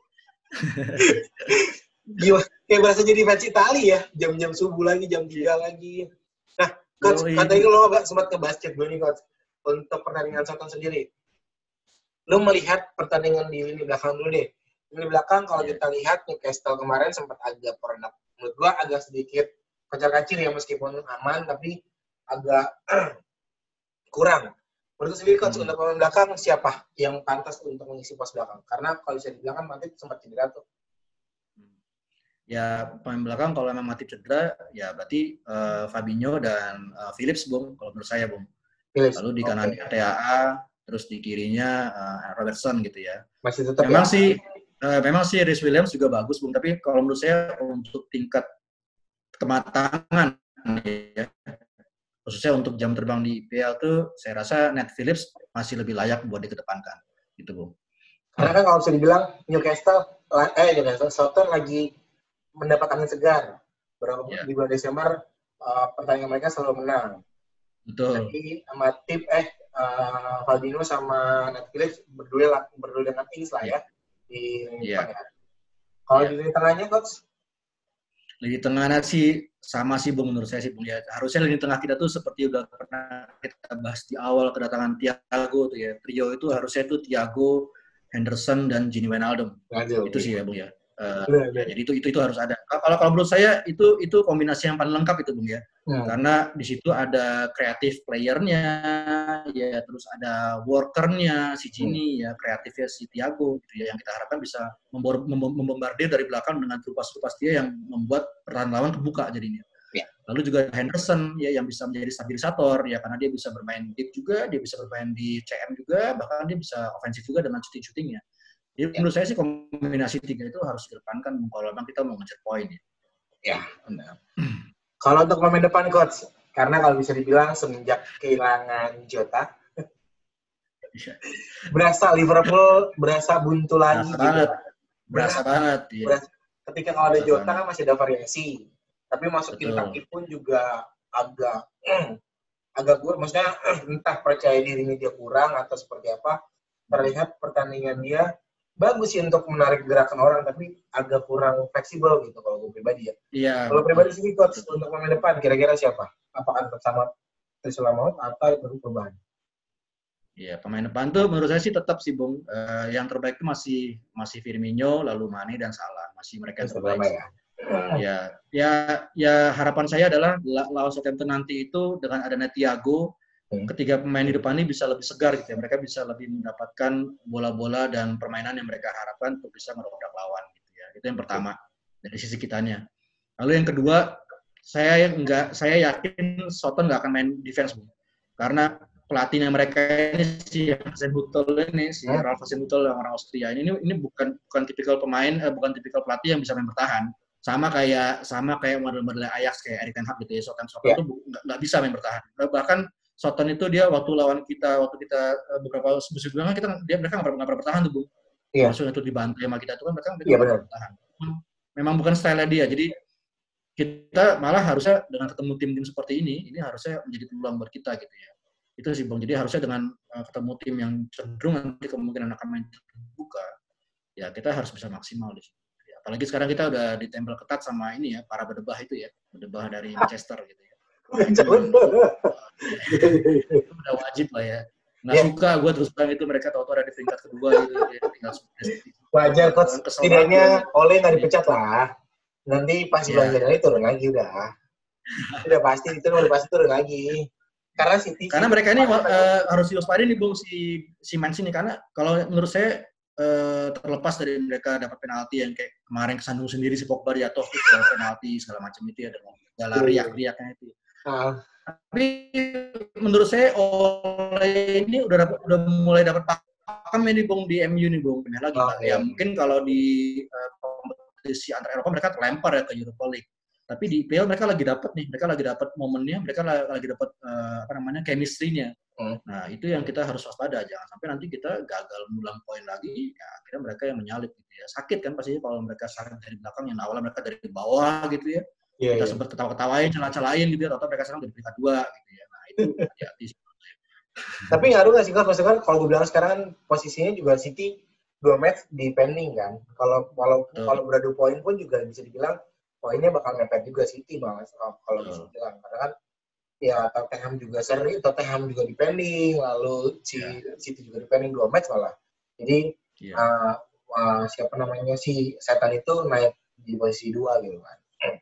Gila, kayak berasa jadi fans Itali ya, jam-jam subuh lagi, jam tiga lagi. Nah, Coach, katanya lo agak sempat ke basket dulu nih, Coach. Untuk pertandingan Soton sendiri, lo melihat pertandingan di lini belakang dulu deh. Lini belakang, kalau yeah. kita lihat, Newcastle kemarin sempat agak perenak. Menurut gua agak sedikit kecil-kecil ya, meskipun aman, tapi agak kurang. Menurut sendiri, Coach, hmm. untuk pemain belakang, siapa yang pantas untuk mengisi pos belakang? Karena kalau bisa dibilang kan Matip sempat cedera tuh. Ya pemain belakang kalau memang Matip cedera ya berarti uh, Fabinho dan uh, Phillips, Bung, kalau menurut saya, Bung. Phillips. Lalu di kanannya okay. T A A, terus di kirinya uh, Robertson gitu ya. Masih tetap memang ya? sih uh, memang sih Rhys Williams juga bagus, Bung, tapi kalau menurut saya untuk tingkat kematangan ya, khususnya untuk jam terbang di I P L tuh saya rasa Nat Phillips masih lebih layak buat dikedepankan gitu, Bung. Karena kan kalau bisa dibilang Newcastle eh Newcastle Soton lagi mendapat angin segar. Berapa yeah. di bulan Desember uh, pertandingan mereka selalu menang. Betul. Jadi sama tim eh uh, Fabinho sama Nat Phillips berduel berduel dengan Ings lah ya di lini yeah. tengah. Kalau yeah. di lini tengahnya, Coach? Lini tengahnya sih sama sih, Bung, menurut saya sih, Bung, ya. Harusnya lini tengah kita tuh seperti udah pernah kita bahas di awal kedatangan Thiago tuh ya. Trio itu harusnya itu Thiago, Henderson dan Gini Wijnaldum. Aduh, itu sih ya, Bung, ya. Uh, bener, ya, jadi itu itu itu harus ada. Kalau kalau menurut saya itu itu kombinasi yang paling lengkap itu, Bung, ya. Hmm. Karena di situ ada kreatif playernya, ya, terus ada workernya si Gini, hmm. ya, kreatifnya si Thiago gitu ya, yang kita harapkan bisa membor, mem, membombardir dari belakang dengan rupas-rupas dia yang membuat peran lawan kebuka jadinya. Ya. Lalu juga Henderson ya yang bisa menjadi stabilisator ya, karena dia bisa bermain deep juga, dia bisa bermain di C M juga, bahkan dia bisa ofensif juga dengan shooting-shootingnya. Jadi ya. Menurut saya sih kombinasi tiga itu harus dikedepankan kalau memang kita mau ngejar poin ya. Ya, benar. Kalau untuk pemain depan, Coach, Karena kalau bisa dibilang semenjak kehilangan Jota, berasa Liverpool berasa buntu lagi Berasa gitu. banget. Berasa Berasa banget. Iya. Berasa, ketika kalau ada Berasa Jota banget. kan masih ada variasi, tapi masukin Betul. kaki pun juga agak agak gue, maksudnya entah percaya dirinya dia kurang atau seperti apa. Terlihat pertandingan dia bagus sih untuk menarik gerakan orang, tapi agak kurang fleksibel gitu kalau gue pribadi ya. Iya. Kalau betul. pribadi sih coach Betul. untuk pemain depan kira-kira siapa? Apakah tetap sama Trisula Maut atau baru perubahan? Iya, pemain depan tuh menurut saya sih tetap sih, Bung. Uh, yang terbaik itu masih masih Firmino, lalu Mane dan Salah. Masih mereka yang terbaik. Ya. ya, ya, ya harapan saya adalah lawan Southampton nanti itu dengan adanya Thiago, hmm. ketiga pemain di depan ini bisa lebih segar gitu ya. Mereka bisa lebih mendapatkan bola-bola dan permainan yang mereka harapkan untuk bisa merodok lawan gitu ya. Itu yang pertama dari sisi kitanya. Lalu yang kedua, saya enggak, saya yakin Southampton nggak akan main defense, Bung. Karena pelatihnya mereka ini si Hasenhüttl ini si hmm. Ralf Hasenhüttl yang orang Austria ini ini bukan bukan tipikal pemain eh, bukan tipikal pelatih yang bisa main bertahan, sama kayak sama kayak model-model Ajax kayak Erik ten Hag gitu ya. Southampton Southampton yeah. tuh nggak bisa main bertahan, bahkan Southampton itu dia waktu lawan kita waktu kita beberapa musim sebelumnya kita dia mereka nggak pernah bertahan tuh, Bung. Yeah. Langsung itu dibantai sama kita tuh kan mereka mereka yeah, nggak bertahan. Memang bukan style dia, jadi kita malah harusnya dengan ketemu tim-tim seperti ini ini harusnya menjadi peluang buat kita gitu ya. Itu sih, Bang. Jadi harusnya dengan uh, ketemu tim yang cenderung nanti kemungkinan akan main terbuka, ya kita harus bisa maksimal di sini. Ya, apalagi sekarang kita udah ditempel ketat sama ini ya, para berdebah itu ya, berdebah dari Manchester gitu ya. Itu, itu udah wajib lah ya. Nggak yeah. suka gue terus bilang itu mereka tahu-tahu ada di peringkat kedua gitu. Ya, tinggal wajar kok. Setidaknya Ole nggak dipecat lah. Nanti pas yeah. bulan Januari turun lagi udah. Udah pasti itu udah pasti turun lagi. Karena City karena mereka ini uh, harus diwaspadai nih, Bung, si si Man City, karena kalau menurut saya uh, terlepas dari mereka dapat penalti yang kayak kemarin kesandung sendiri si Pogba jatuh terus dapat penalti segala macam itu ya, dengan segala riak-riaknya itu. Uh. Tapi menurut saya Ole ini udah dapat, udah mulai dapat pakem ini, Bung, di M U nih, Bung. Pindah lagi. Okay. Ya mungkin kalau di uh, kompetisi antar Eropa mereka terlempar ya ke Europa League. Tapi di I P L mereka lagi dapat nih, mereka lagi dapat momennya, mereka lagi dapat uh, apa namanya chemistry-nya. Hmm. Nah, itu yang kita harus waspada, jangan sampai nanti kita gagal mendulang poin lagi, ya akhirnya mereka yang menyalip gitu ya. Sakit kan pasti kalau mereka sarang dari belakang, yang awalnya mereka dari bawah gitu ya. Yeah, kita yeah. sempat ketawa-ketawain, celah-celahin gitu ya, atau mereka sekarang dari peringkat dua gitu ya. Nah, itu hati-hati sih. Tapi ngaruh nggak sih, Kak? Maksudnya kan kalau gue bilang sekarang kan posisinya juga City dua match depending kan. Kalau kalau oh. kalau beradu poin pun juga bisa dibilang poinnya bakal mepet juga City banget kalau bisa bilang, karena kan ya Tottenham juga seri, Tottenham juga depending, lalu si yeah. City juga depending dua match malah. Jadi yeah. uh, uh, siapa namanya si setan itu naik di posisi dua gitu kan.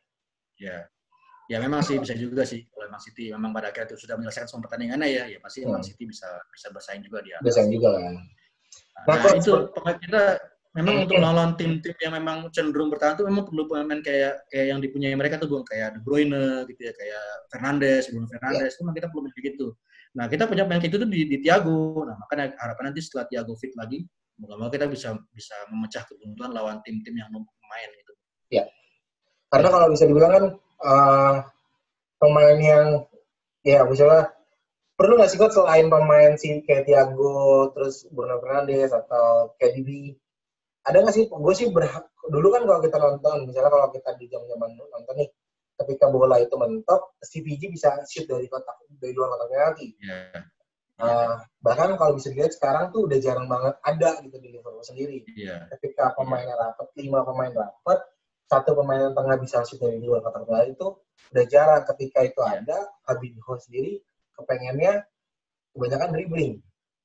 Ya, ya memang sih bisa juga sih kalau memang City memang pada akhirnya sudah menyelesaikan semua pertandingannya ya, ya pasti memang hmm. City bisa bisa bersaing juga dia. Bersaing juga kan. Nah, nah itu pokoknya kita memang untuk melawan tim-tim yang memang cenderung bertahan tuh memang perlu pemain kayak kayak yang dipunyai mereka tuh, Bung, kayak De Bruyne gitu ya, kayak Fernandes, Bruno Fernandes, yeah. itu memang kita perlu kayak gitu. Nah, kita punya pemain kayak gitu tuh di, di Thiago. Nah, makanya harapan nanti setelah Thiago fit lagi, moga-moga kita bisa bisa memecah kebuntuan lawan tim-tim yang numpuk main gitu. Ya. Karena kalau bisa dibilang kan uh, pemain yang ya misalnya perlu nggak sih kok selain pemain sih kayak Thiago, terus Bruno Fernandes atau K D B, ada nggak sih? Gue sih berhak dulu kan kalau kita nonton, misalnya kalau kita di jam-jaman nonton nih, ketika bola itu mentok, C V G bisa shoot dari kotak dari luar kotak penalti. Yeah. Uh, bahkan kalau bisa dilihat sekarang tuh udah jarang banget ada gitu di Liverpool sendiri. Yeah. Ketika pemainnya rapat, lima pemain rapat, satu pemain yang tengah bisa shoot dari luar kotak penalti itu udah jarang. Ketika itu yeah. ada, Fabinho sendiri kepengennya kebanyakan dribbling.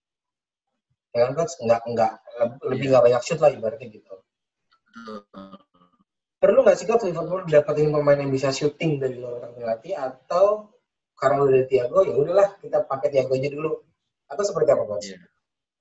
Ya kan coach, nggak nggak lebih nggak yeah. banyak shoot lah ibaratnya gitu. Uh. Perlu nggak sih coach Liverpool dapetin pemain yang bisa shooting dari luar kotak penalti, atau karena udah dari Thiago ya udahlah kita pakai Thiago aja dulu, atau seperti apa coach? Yeah.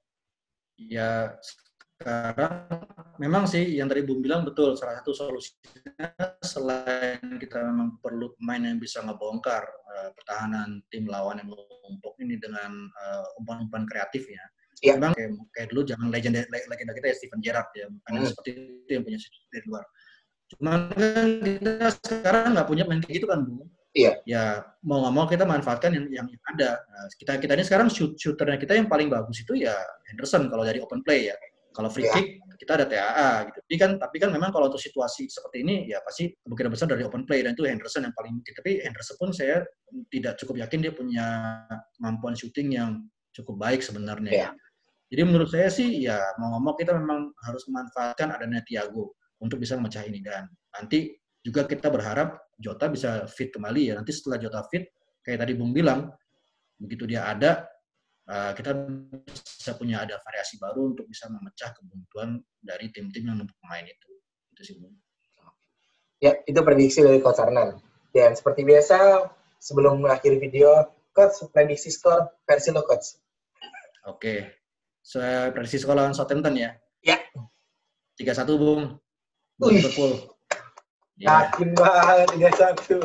Ya sekarang memang sih yang tadi Bung bilang betul, salah satu solusinya selain kita memang perlu pemain yang bisa ngebongkar uh, pertahanan tim lawan yang numpuk ini dengan uh, umpan-umpan kreatifnya. Yeah. Memang kayak, kayak dulu jangan legenda legenda kita ya Steven Gerrard ya, bukan hmm. seperti itu yang punya dari luar. Cuman kan kita sekarang nggak punya main kayak gitu kan, Bung. Iya. Ya mau nggak mau kita manfaatkan yang yang ada. Nah, kita kita ini sekarang shoot shooternya kita yang paling bagus itu ya Henderson kalau dari open play ya. Kalau free Iya. kick kita ada T A A gitu. Tapi kan tapi kan memang kalau untuk situasi seperti ini ya pasti kemungkinan besar dari open play dan itu Henderson yang paling mungkin. Tapi Henderson pun saya tidak cukup yakin dia punya kemampuan shooting yang cukup baik sebenarnya. Iya. Jadi menurut saya sih ya mau ngomong kita memang harus memanfaatkan adanya Thiago untuk bisa memecah ini dan nanti juga kita berharap Jota bisa fit kembali ya. Nanti setelah Jota fit kayak tadi Bung bilang begitu dia ada uh, kita bisa punya ada variasi baru untuk bisa memecah kebuntuan dari tim-tim yang numpuk pemain itu. Itu sih Bung. Ya, itu prediksi dari Coach Arnan. Dan seperti biasa sebelum mengakhiri video, Coach prediksi skor versi lo Coach. Oke. Saya prediksi skor lawan Southampton ya. Ya. tiga satu Bung. Buat Liverpool. Yakin ya. Banget tiga satu.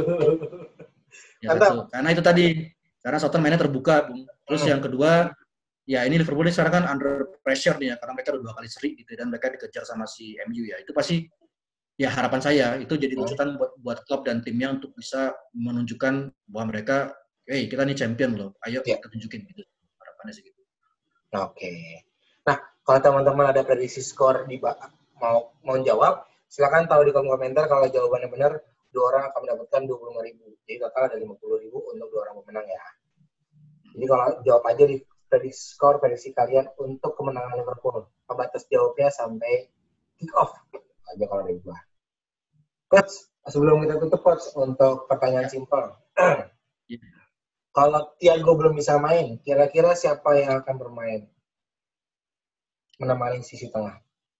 Ya, karena itu tadi, karena Southampton mainnya terbuka, Bung. Terus hmm. yang kedua, ya ini Liverpool ini sekarang kan under pressure nih ya, karena mereka udah dua kali seri gitu dan mereka dikejar sama si M U ya. Itu pasti ya harapan saya itu jadi lucutan buat buat klub dan timnya untuk bisa menunjukkan bahwa mereka, hey kita nih champion loh, ayo ya. Kita tunjukin gitu. Harapannya sih gitu. Oke. Nah, kalau teman-teman ada prediksi skor di mau mau jawab, silakan tahu di kolom komentar. Kalau jawabannya benar, dua orang akan mendapatkan dua puluh lima ribu. Jadi total ada lima puluh ribu untuk dua orang pemenang ya. Jadi kalau jawab aja di prediksi skor, prediksi kalian untuk kemenangan Liverpool. Pembatas jawabnya sampai kick off. Aja kalau dari gua. Coach, sebelum kita tutup Coach, untuk pertanyaan simpel. Kalau Thiago belum bisa main, kira-kira siapa yang akan bermain menemani sisi tengah?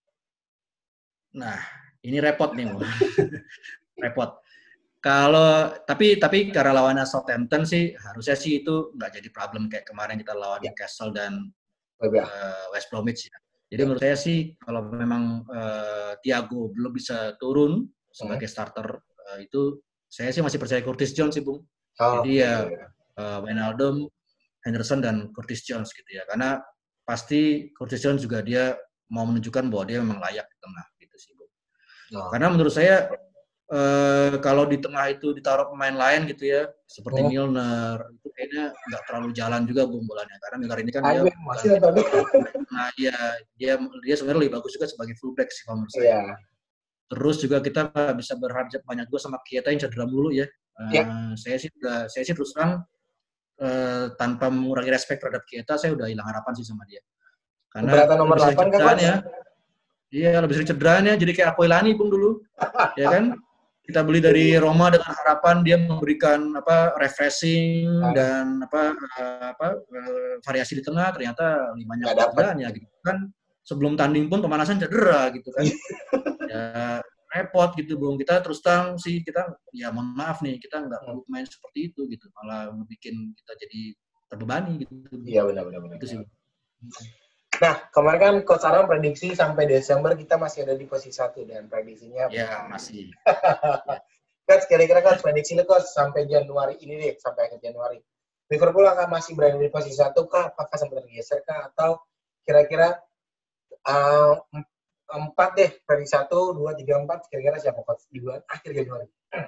Nah, ini repot nih, Bung. Repot. Kalau tapi tapi karena lawannya Southampton sih harusnya sih itu nggak jadi problem kayak kemarin kita lawan ya. Newcastle dan uh, West Bromwich. Ya. Jadi ya. Menurut saya sih kalau memang uh, Thiago belum bisa turun sebagai hmm. starter uh, itu saya sih masih percaya Curtis Jones sih, Bung. Oh, jadi ya uh, Wijnaldum, Henderson dan Curtis Jones gitu ya. Karena pasti Curtis Jones juga dia mau menunjukkan bahwa dia memang layak di tengah gitu sih, Bung. Oh. Karena menurut saya Uh, kalau di tengah itu ditaruh pemain lain gitu ya, seperti oh. Milner, itu kayaknya nggak terlalu jalan juga Bung bolanya. Karena Milner ini kan dia masih nah dia dia dia sebenarnya lebih bagus juga sebagai fullback sih kalau menurut saya. Yeah. Terus juga kita bisa berharap banyak juga sama Keita yang cedera mulu ya. Uh, yeah. Saya sih udah, saya sih terus terang uh, tanpa mengurangi respect terhadap Keita, saya udah hilang harapan sih sama dia. Karena nomor delapan kan ya. Iya, lebih sering cederanya, jadi kayak Aquilani Bung dulu. Ya kan? Kita beli dari Roma dengan harapan dia memberikan apa refreshing nah. dan apa apa variasi di tengah, ternyata limanya cederanya gitu kan. Sebelum tanding pun pemanasan cedera gitu kan. Ya repot gitu Bung. Kita terus terang sih kita ya mohon maaf nih, kita nggak perlu main seperti itu gitu. Malah bikin kita jadi terbebani gitu. Iya benar benar benar. Itu sih. Nah, kemarin kan Coach Aram prediksi sampai Desember kita masih ada di posisi satu dan prediksinya ya masih. Coach, kira-kira Coach prediksi lu Coach sampai Januari ini deh, sampai akhir Januari. Liverpool akan masih berada di posisi satu kah? Apakah sempat tergeser kah? Atau kira-kira uh, empat deh, prediksi satu, dua, tiga, empat, kira-kira siapa Coach di bulan akhir Januari?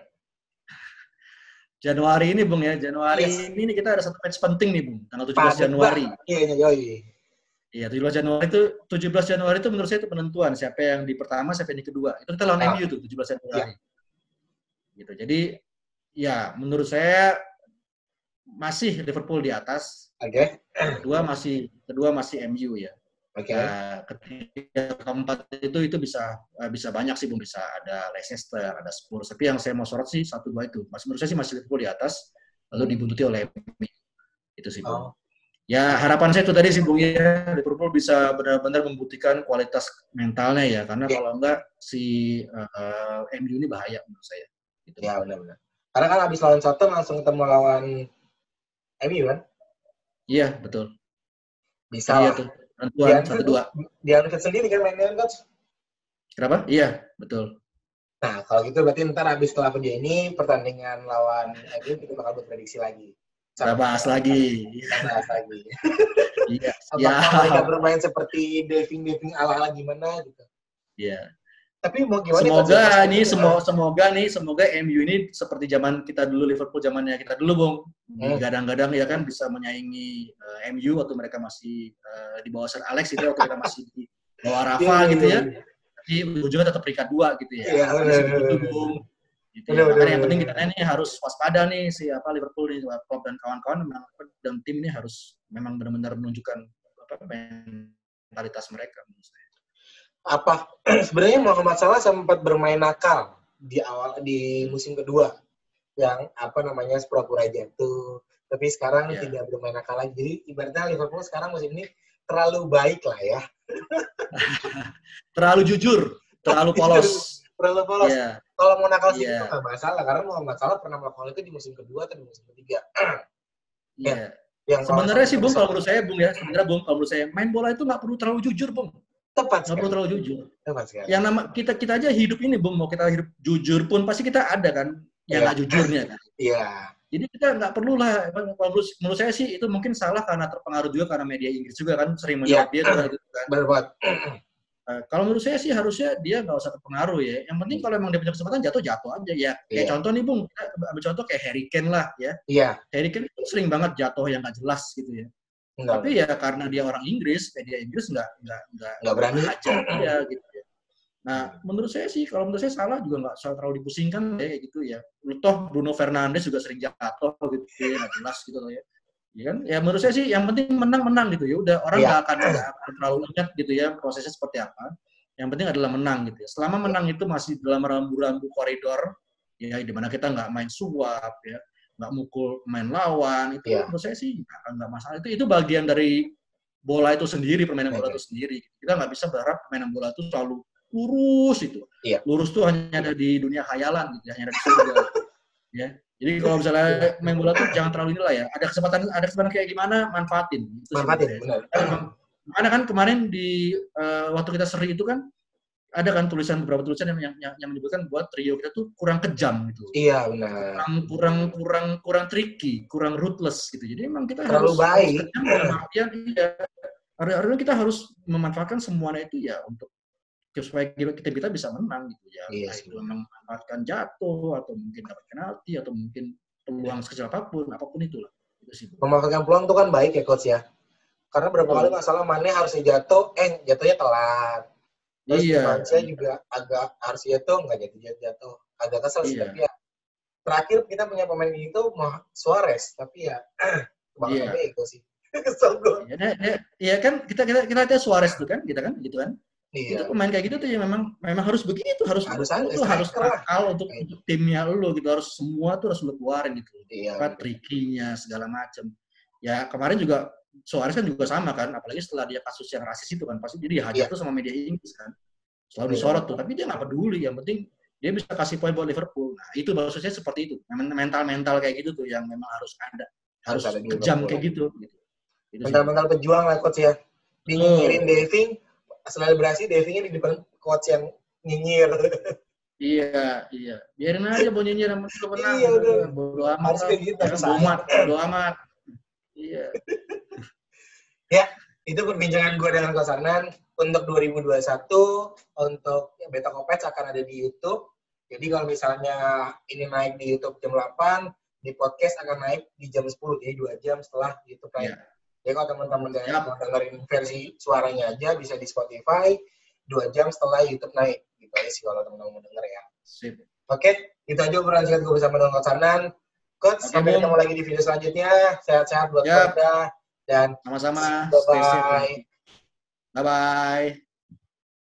Januari ini Bung ya, Januari yes. ini kita ada satu match penting nih Bung, tanggal tujuh belas Januari. Iya, iya, iya. Iya, tujuh belas Januari itu tujuh belas Januari itu menurut saya itu penentuan siapa yang di pertama, siapa yang di kedua. Itu kita lawan ah. M U tuh tujuh belas Januari. Ya. Gitu. Jadi ya menurut saya masih Liverpool di atas. Oke. Okay. Kedua masih kedua masih M U ya. Oke. Okay. Nah, ketiga keempat itu itu bisa bisa banyak sih Bung, bisa ada Leicester, ada Spurs. Tapi yang saya mau sorot sih satu dua itu. Masih menurut saya sih masih Liverpool di atas lalu dibuntuti oleh M U. Itu sih Bung. Oh. Ya harapan saya itu tadi sih Bung ya, Liverpool bisa benar-benar membuktikan kualitas mentalnya ya, karena ya. Kalau enggak si uh, M U ini bahaya menurut saya. Gitu. Ya benar-benar. Karena kan habis lawan Southampton langsung ketemu lawan M U kan? Iya betul. Bisa. Iya tuh. Tentuan satu dua. Di Anfield sendiri kan mainnya Coach? Kenapa? Iya betul. Nah kalau gitu berarti ntar habis setelah video ini pertandingan lawan M U kita bakal buat prediksi lagi. Kita bahas lagi. Kita bahas lagi. Iya. Apakah ya. mereka bermain seperti diving-diving ala-ala gimana gitu? Iya. Tapi mau gimana? Semoga nih, semoga, semoga nih, semoga M U ini seperti zaman kita dulu, Liverpool zamannya kita dulu, Bung. Digadang-gadang ya kan bisa menyaingi uh, M U waktu mereka masih uh, di bawah Sir Alex itu, waktu kita masih di bawah Rafa gitu ya. Tapi ujungnya tetap peringkat dua gitu ya. Iya, benar, begitu, Bung. Gitu ya. Makanya yang penting kita ini harus waspada nih siapa Liverpool nih, Klopp dan kawan-kawan memang dan tim ini harus memang benar-benar menunjukkan apa mentalitas mereka menurut saya. Apa sebenarnya Muhammad Salah sempat bermain nakal di awal di musim kedua yang apa namanya pura-pura jatuh, tapi sekarang yeah. tidak bermain nakal lagi. Jadi ibaratnya Liverpool sekarang musim ini terlalu baik lah ya. Terlalu jujur, terlalu polos. terlalu polos. Yeah. Kalau mau nakal sih yeah. itu nggak masalah karena Muhammad Salah pernah melakukan itu di musim kedua atau di musim ketiga. Iya. yeah. Sebenarnya sih Bung, kalau menurut saya Bung ya, sebenarnya Bung kalau menurut saya main bola itu nggak perlu terlalu jujur, Bung. Tepat nggak perlu terlalu jujur. Tepat sekali. Yang nama kita kita aja hidup ini, Bung, mau kita hidup jujur pun pasti kita ada kan yang nggak yeah. jujurnya kan. Iya. Yeah. Jadi kita nggak perlu lah. Menurut, menurut saya sih itu mungkin salah karena terpengaruh juga karena media Inggris juga kan sering menjawab yeah. dia juga gitu kan. Benar banget. Nah, kalau menurut saya sih harusnya dia nggak usah terpengaruh ya. Yang penting kalau emang dia punya kesempatan jatuh jatuh aja ya. Kayak yeah. contoh nih Bung, kita ambil contoh kayak Harry Kane lah ya. Iya. Yeah. Harry Kane itu sering banget jatuh yang nggak jelas gitu ya. Enggak. Tapi ya karena dia orang Inggris, media Inggris nggak nggak nggak nggak berani aja dia gitu ya. Nah, menurut saya sih kalau menurut saya Salah juga nggak terlalu dipusingkan ya gitu ya. Toh Bruno Fernandes juga sering jatuh gitu ya, nggak jelas gitu loh ya. Ya kan? Ya menurut saya sih yang penting menang-menang gitu ya. Udah orang nggak yeah. akan nggak akan terlalu ingat gitu ya prosesnya seperti apa. Yang penting adalah menang gitu ya. Selama menang itu masih dalam rambu-rambu koridor ya di mana kita nggak main suap ya. Nggak mukul main lawan, itu yeah. menurut saya sih nggak masalah. Itu itu bagian dari bola itu sendiri, permainan bola itu sendiri. Kita nggak bisa berharap permainan bola itu selalu lurus itu. Yeah. Lurus tuh hanya ada di dunia khayalan, gitu, hanya ada di surga. Ya. Jadi kalau misalnya main bola tuh jangan terlalu inilah ya. Ada kesempatan, ada kesempatan kayak gimana, manfaatin. Itu manfaatin, benar. Karena kan kemarin di uh, waktu kita seri itu kan ada kan tulisan beberapa tulisan yang, yang yang menyebutkan buat trio kita tuh kurang kejam gitu. Iya benar. Kurang kurang kurang kurang tricky, kurang ruthless gitu. Jadi memang kita terlalu harus baik. Harus kejam dalam artian iya. Karena kita harus memanfaatkan semuanya itu ya untuk supaya kita kita bisa menang gitu ya. Iya, itu memanfaatkan jatuh atau mungkin dapat penalti atau mungkin peluang sekecil apapun, apapun itulah. Itu sih. Memanfaatkan peluang itu kan baik ya coach ya. Karena berapa oh. kali masalah Mane harusnya jatuh, eh jatuhnya telat. Terus iya. saya juga agak harus jatuh, nggak jatuh-jatuh. Agak kesel sih, iya. tapi ya terakhir kita punya pemain gitu, Suarez, tapi ya kebangetan iya. ego sih. Kesel gue. Iya, ya, ya kan kita kita kita lihat Suarez tuh kan, kita kan gitu kan. Iya. Itu pemain kayak gitu tuh ya memang memang harus begitu, harus harus itu harus akal untuk, untuk timnya lu gitu, harus semua tuh harus lu keluarin gitu. Iya. Apa trikinya segala macam. Ya kemarin juga Suarez kan juga sama kan, apalagi setelah dia kasus yang rasis itu kan, pasti jadi hajar yeah. tuh sama media Inggris kan, selalu disorot tuh, tapi dia nggak peduli, yang penting dia bisa kasih poin buat Liverpool. Nah itu maksudnya seperti itu, mental-mental kayak gitu tuh yang memang harus ada, harus, harus ada kejam kayak gitu. gitu. Mental-mental pejuang lah coach ya, nyinyirin oh. Deving, selebrasi Devingnya di depan coach yang nyinyir. Iya, iya, biarin aja mau nyinyir sama itu menang. Iya udah, bodo amat, gitu, bodo amat, bodo amat. Iya. Ya, itu perbincangan gue dengan Coach Arnan untuk dua ribu dua puluh satu untuk ya, Beta Kopets akan ada di YouTube. Jadi kalau misalnya ini naik di YouTube jam delapan, di podcast akan naik di jam sepuluh, jadi dua jam setelah YouTube naik. Yeah. Jadi kalau teman-teman yeah. mau dengerin versi suaranya aja bisa di Spotify dua jam setelah YouTube naik. Gitu aja sih kalau teman-teman mau denger ya. Sip. Oke, itu aja obrolan singkat gue bersama dengan Coach Arnan. Coach, okay, sampai ketemu lagi di video selanjutnya. Sehat-sehat buat yep. keluarga. Dan sama-sama. bye-bye. Bye-bye.